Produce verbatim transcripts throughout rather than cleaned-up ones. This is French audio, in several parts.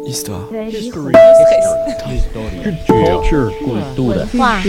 Histoire. History. Culture. Culture.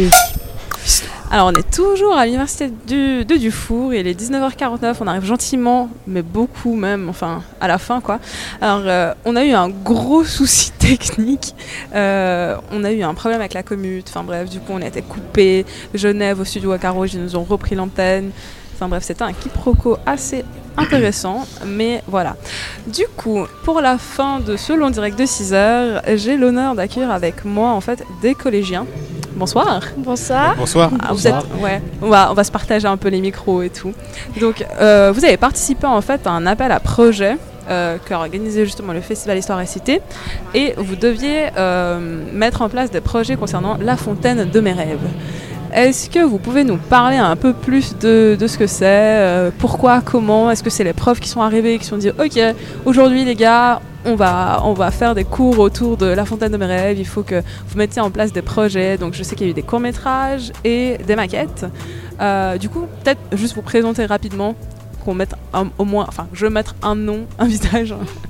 Alors on est toujours à l'université du, de Dufour, il est dix-neuf heures quarante-neuf, on arrive gentiment, mais beaucoup même, enfin à la fin quoi. Alors euh, on a eu un gros souci technique, euh, on a eu un problème avec la commute, enfin bref, du coup on a été coupé, Genève au studio à Carouge, ils nous ont repris l'antenne, enfin bref c'était un quiproquo assez intéressant, mais voilà. Du coup, pour la fin de ce long direct de six heures, j'ai l'honneur d'accueillir avec moi en fait des collégiens. Bonsoir. Bonsoir. Bonsoir. Ah, vous êtes, ouais, on va, on va se partager un peu les micros et tout. Donc, euh, vous avez participé en fait à un appel à projet euh, qu'a organisé justement le Festival Histoire et Cité, et vous deviez euh, mettre en place des projets concernant la fontaine de mes rêves. Est-ce que vous pouvez nous parler un peu plus de, de ce que c'est, euh, pourquoi, comment? Est-ce que c'est les profs qui sont arrivés et qui se sont dit « Ok, aujourd'hui les gars, on va, on va faire des cours autour de la fontaine de mes rêves, il faut que vous mettiez en place des projets. » Donc je sais qu'il y a eu des courts-métrages et des maquettes. Euh, du coup, peut-être juste vous présenter rapidement, qu'on mette un, au moins, enfin, je vais mettre un nom, un visage.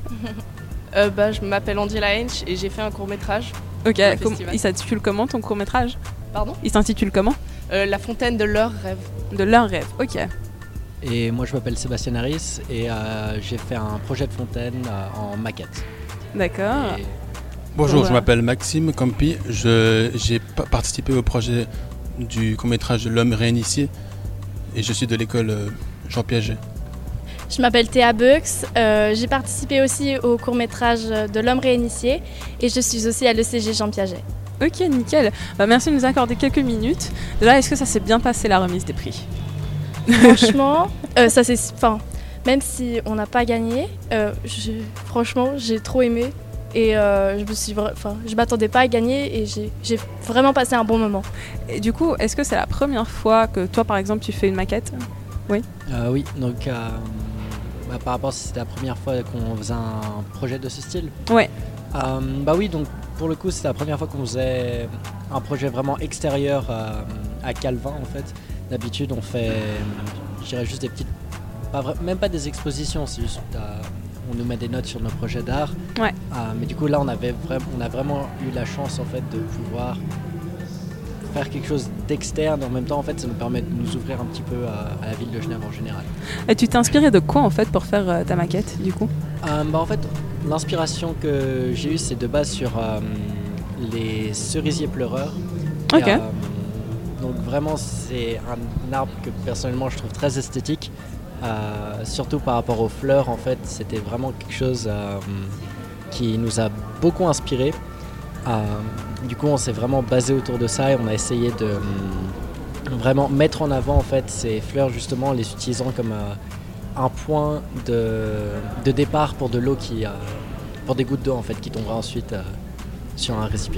euh, bah, je m'appelle Andy Lahench et j'ai fait un court-métrage. Ok, com- il s'intitule comment ton court-métrage? Pardon? Il s'intitule comment? euh, La fontaine de leurs rêves. De leurs rêves, ok. Et moi je m'appelle Sébastien Harris et euh, j'ai fait un projet de fontaine euh, en maquette. D'accord. Et... Bonjour, Voilà. je m'appelle Maxime Campi. Je, j'ai pa- participé au projet du court-métrage L'homme réinitié et je suis de l'école euh, Jean Piaget. Je m'appelle Théa Beux, euh, j'ai participé aussi au court-métrage de L'homme réinitié et je suis aussi à l'E C G Jean Piaget. Ok, nickel. Bah, merci de nous accorder quelques minutes. Déjà, est-ce que ça s'est bien passé la remise des prix? Franchement, euh, ça c'est, enfin, même si on n'a pas gagné, euh, je, franchement, j'ai trop aimé et euh, je me suis, enfin, je m'attendais pas à gagner et j'ai, j'ai vraiment passé un bon moment. Et du coup, est-ce que c'est la première fois que toi, par exemple, tu fais une maquette? Oui. Euh, oui, donc euh, bah, par rapport si c'était la première fois qu'on faisait un projet de ce style. Ouais. Euh, bah oui, donc pour le coup c'était la première fois qu'on faisait un projet vraiment extérieur euh, à Calvin en fait. D'habitude on fait, je dirais juste des petites, pas vra- même pas des expositions, c'est juste euh, on nous met des notes sur nos projets d'art. Ouais. Euh, mais du coup là on avait vra- on a vraiment eu la chance en fait de pouvoir faire quelque chose d'externe. En même temps en fait ça nous permet de nous ouvrir un petit peu à, à la ville de Genève en général. Et tu t'es inspiré de quoi en fait pour faire euh, ta maquette du coup? Euh, bah en fait, l'inspiration que j'ai eue, c'est de base sur euh, les cerisiers pleureurs. Et, Ok. euh, donc vraiment, c'est un arbre que personnellement je trouve très esthétique. Euh, surtout par rapport aux fleurs, en fait, c'était vraiment quelque chose euh, qui nous a beaucoup inspiré. Euh, du coup, on s'est vraiment basé autour de ça et on a essayé de euh, vraiment mettre en avant en fait ces fleurs justement, en les utilisant comme euh, un point de, de départ pour de l'eau qui, euh, pour des gouttes d'eau en fait qui tombera ensuite euh, sur un récipient.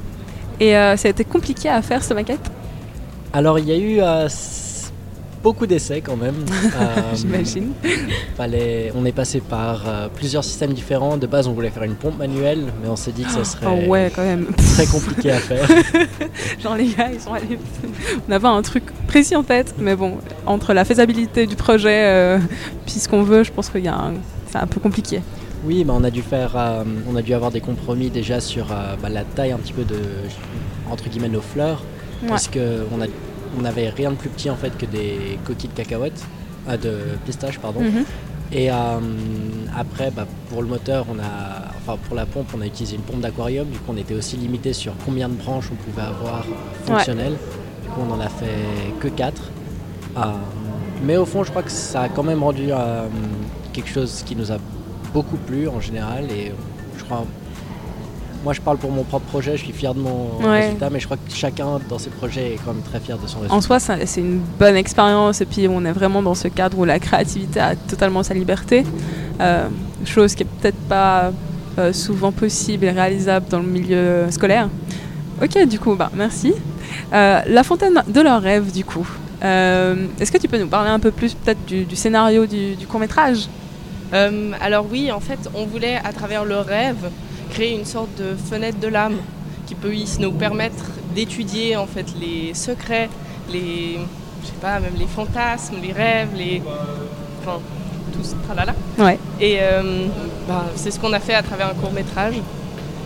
Et euh, ça a été compliqué à faire cette maquette? Alors il y a eu euh, s- beaucoup d'essais quand même. Euh, J'imagine. fallait, on est passé par euh, plusieurs systèmes différents. De base on voulait faire une pompe manuelle, mais on s'est dit que ça serait Oh ouais, quand même. très compliqué à faire. Genre les gars, ils sont allés. On avait un truc précis en tête, mais bon, entre la faisabilité du projet, euh, puis ce qu'on veut, je pense qu'il y a un... c'est un peu compliqué. Oui, bah on a dû faire, euh, on a dû avoir des compromis déjà sur euh, bah, la taille un petit peu de entre guillemets nos fleurs, Ouais. parce que on a, on avait rien de plus petit en fait que des coquilles de cacahuètes, ah, de pistaches pardon. Mhm. Et euh, après, bah, pour le moteur, on a, enfin pour la pompe, on a utilisé une pompe d'aquarium. Du coup, on était aussi limité sur combien de branches on pouvait avoir fonctionnelles. Du coup, on en a fait que quatre. Euh, mais au fond, je crois que ça a quand même rendu euh, quelque chose qui nous a beaucoup plu en général. Et je crois, moi, je parle pour mon propre projet. Je suis fier de mon Ouais. résultat, mais je crois que chacun dans ses projets est quand même très fier de son résultat. En soi, ça- c'est une bonne expérience, et puis on est vraiment dans ce cadre où la créativité a totalement sa liberté, euh, chose qui est peut-être pas euh, souvent possible et réalisable dans le milieu scolaire. Ok, du coup, bah, merci. Euh, la fontaine de leurs rêves, du coup. Euh, est-ce que tu peux nous parler un peu plus peut-être du, du scénario du, du court-métrage? Euh, alors oui, en fait, on voulait à travers le rêve créer une sorte de fenêtre de l'âme qui puisse nous permettre d'étudier en fait les secrets, les, je sais pas, même les fantasmes, les rêves, les, enfin tout ce tralala. Ouais. Et euh, bah, c'est ce qu'on a fait à travers un court métrage.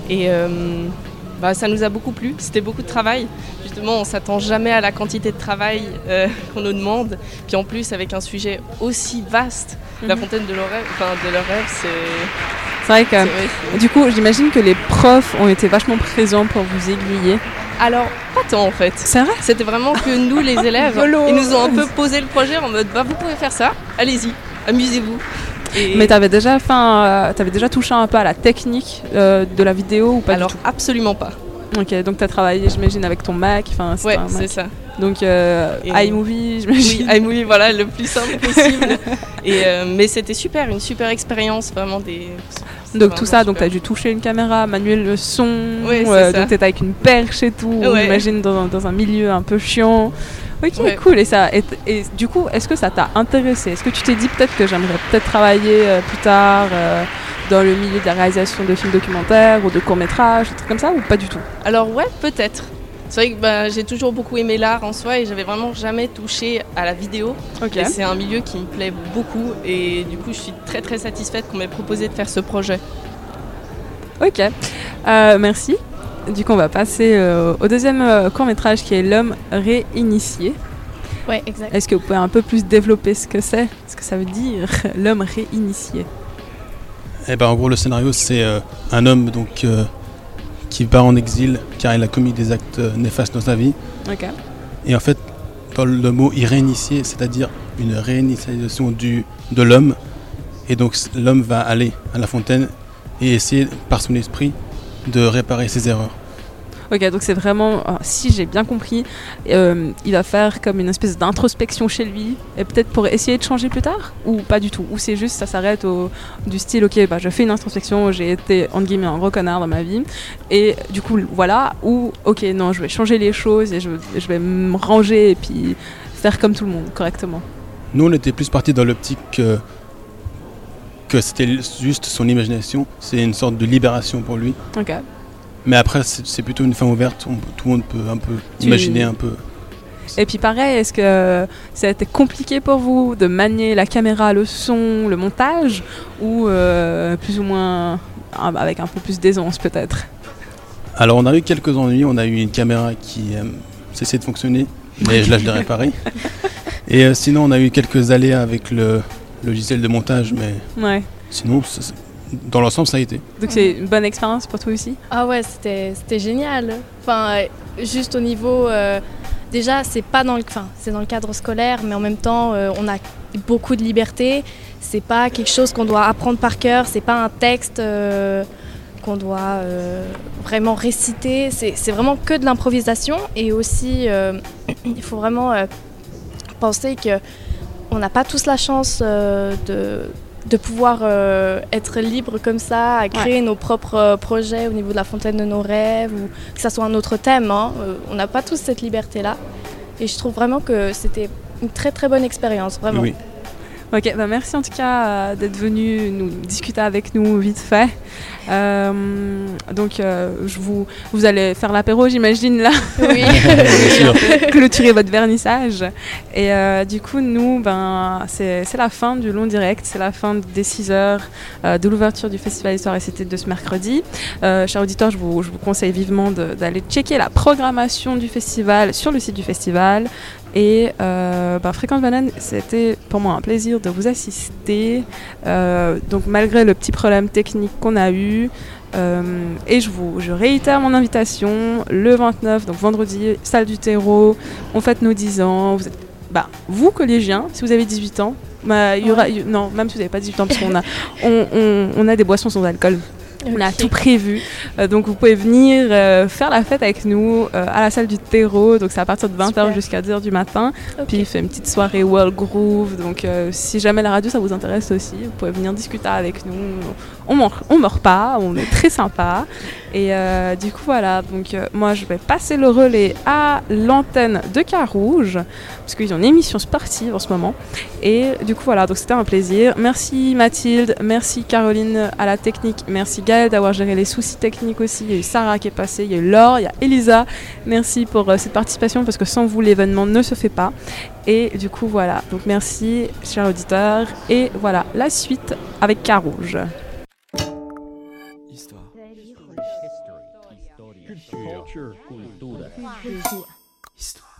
Et euh, bah, ça nous a beaucoup plu, c'était beaucoup de travail. Justement, on ne s'attend jamais à la quantité de travail euh, qu'on nous demande. Puis en plus, avec un sujet aussi vaste, mm-hmm. la fontaine de leur rêve, enfin, de leur rêve, c'est... C'est vrai que, c'est vrai, c'est... du coup, j'imagine que les profs ont été vachement présents pour vous aiguiller. Alors, pas tant en fait. C'est vrai ? C'était vraiment que nous, les élèves, ils nous ont un peu posé le projet en mode, bah, vous pouvez faire ça, allez-y, amusez-vous. Et... Mais t'avais déjà, euh, t'avais déjà touché un peu à la technique euh, de la vidéo ou pas? Alors, du tout? Absolument pas. Ok, donc t'as travaillé, j'imagine, avec ton Mac. Ouais, un Mac. C'est ça. Donc euh, iMovie, j'imagine. Oui, iMovie, voilà, le plus simple possible. Et, euh, mais c'était super, une super expérience, vraiment des... Donc tout ça, super. Donc t'as dû toucher une caméra, manuel le son, ouais, euh, donc t'étais avec une perche et tout, ouais. J'imagine dans, dans un milieu un peu chiant. Ok, ouais. Cool. Et, ça, et, et du coup, est-ce que ça t'a intéressé? Est-ce que tu t'es dit peut-être que j'aimerais peut-être travailler euh, plus tard euh, dans le milieu de la réalisation de films documentaires ou de courts-métrages, des trucs comme ça, ou pas du tout? Alors ouais, peut-être. C'est vrai que bah, j'ai toujours beaucoup aimé l'art en soi et j'avais vraiment jamais touché à la vidéo. Okay. Et c'est un milieu qui me plaît beaucoup et du coup je suis très très satisfaite qu'on m'ait proposé de faire ce projet. Ok, euh, merci. Du coup on va passer euh, au deuxième euh, court-métrage qui est L'homme réinitié. Ouais, exact. Est-ce que vous pouvez un peu plus développer ce que c'est, ce que ça veut dire, l'homme réinitié? Eh ben, en gros le scénario c'est euh, un homme donc... Euh, qui part en exil car il a commis des actes néfastes dans sa vie. Okay. Et en fait, dans le mot « y réinitier », c'est-à-dire une réinitialisation du, de l'homme. Et donc l'homme va aller à la fontaine et essayer par son esprit de réparer ses erreurs. Ok, donc c'est vraiment, si j'ai bien compris, euh, il va faire comme une espèce d'introspection chez lui, et peut-être pour essayer de changer plus tard, ou pas du tout, ou c'est juste, ça s'arrête au, du style, ok, bah je fais une introspection, j'ai été, entre guillemets, un gros connard dans ma vie, et du coup, voilà, ou ok, non, je vais changer les choses, et je, je vais me ranger, et puis faire comme tout le monde, correctement. Nous, on était plus partis dans l'optique que, que c'était juste son imagination, c'est une sorte de libération pour lui. Ok. Mais après, c'est, c'est plutôt une fin ouverte. On, tout le monde peut un peu tu... imaginer un peu. Et puis pareil, est-ce que ça a été compliqué pour vous de manier la caméra, le son, le montage, ou euh, plus ou moins avec un peu plus d'aisance peut-être? Alors on a eu quelques ennuis. On a eu une caméra qui euh, cessait de fonctionner, mais je, là je l'ai réparée. Et euh, sinon, on a eu quelques aléas avec le logiciel de montage, mais ouais. Sinon, ça, dans l'ensemble, ça a été. Donc c'est une bonne expérience pour toi aussi? Ah ouais, c'était, c'était génial. Enfin, juste au niveau... Euh, déjà, c'est pas dans le, enfin, c'est dans le cadre scolaire, mais en même temps, euh, on a beaucoup de liberté. C'est pas quelque chose qu'on doit apprendre par cœur. C'est pas un texte euh, qu'on doit euh, vraiment réciter. C'est, c'est vraiment que de l'improvisation. Et aussi, euh, il faut vraiment euh, penser qu'on n'a pas tous la chance euh, de... de pouvoir euh, être libre comme ça, à créer ouais. nos propres euh, projets au niveau de la fontaine de nos rêves, ou que ça soit un autre thème. Hein. Euh, on n'a pas tous cette liberté-là. Et je trouve vraiment que c'était une très très bonne expérience, vraiment. Oui. Ok, bah merci en tout cas euh, d'être venu nous discuter avec nous vite fait. Euh, donc, euh, je vous, vous allez faire l'apéro, j'imagine, là. Oui. Clôturer votre vernissage. Et euh, du coup, nous, ben, c'est, c'est la fin du long direct. C'est la fin des six heures euh, de l'ouverture du Festival Histoire et Cité de ce mercredi. Euh, chers auditeurs, je vous, je vous conseille vivement de, d'aller checker la programmation du festival sur le site du festival. Et euh, bah, Fréquence Banane, c'était pour moi un plaisir de vous assister. Euh, donc malgré le petit problème technique qu'on a eu, euh, et je vous, je réitère mon invitation le vingt-neuf, donc vendredi, salle du terreau. On fête nos dix ans. Vous êtes, bah, vous collégiens, si vous avez dix-huit ans, bah, y aura, y, non, même si vous n'avez pas dix-huit ans, parce qu'on a, on, on, on a des boissons sans alcool. On a okay. tout prévu, euh, donc vous pouvez venir euh, faire la fête avec nous euh, à la salle du terreau, donc c'est à partir de vingt heures jusqu'à dix heures du matin, okay. Puis il fait une petite soirée World Groove, donc euh, si jamais la radio ça vous intéresse aussi, vous pouvez venir discuter avec nous, on mord, on mord pas, on est très sympa, et euh, du coup voilà, donc euh, moi je vais passer le relais à l'antenne de Carouge, parce qu'ils ont une émission sportive en ce moment, et du coup voilà, donc c'était un plaisir, merci Mathilde, merci Caroline à la technique, merci Gaëlle d'avoir géré les soucis techniques aussi. Il y a eu Sarah qui est passée, il y a eu Laure, il y a Elisa. Merci pour euh, cette participation parce que sans vous, l'événement ne se fait pas. Et du coup, voilà. Donc merci, chers auditeurs. Et voilà, la suite avec Carouge. Histoire. Culture. Cultura. Cultura. Histoire.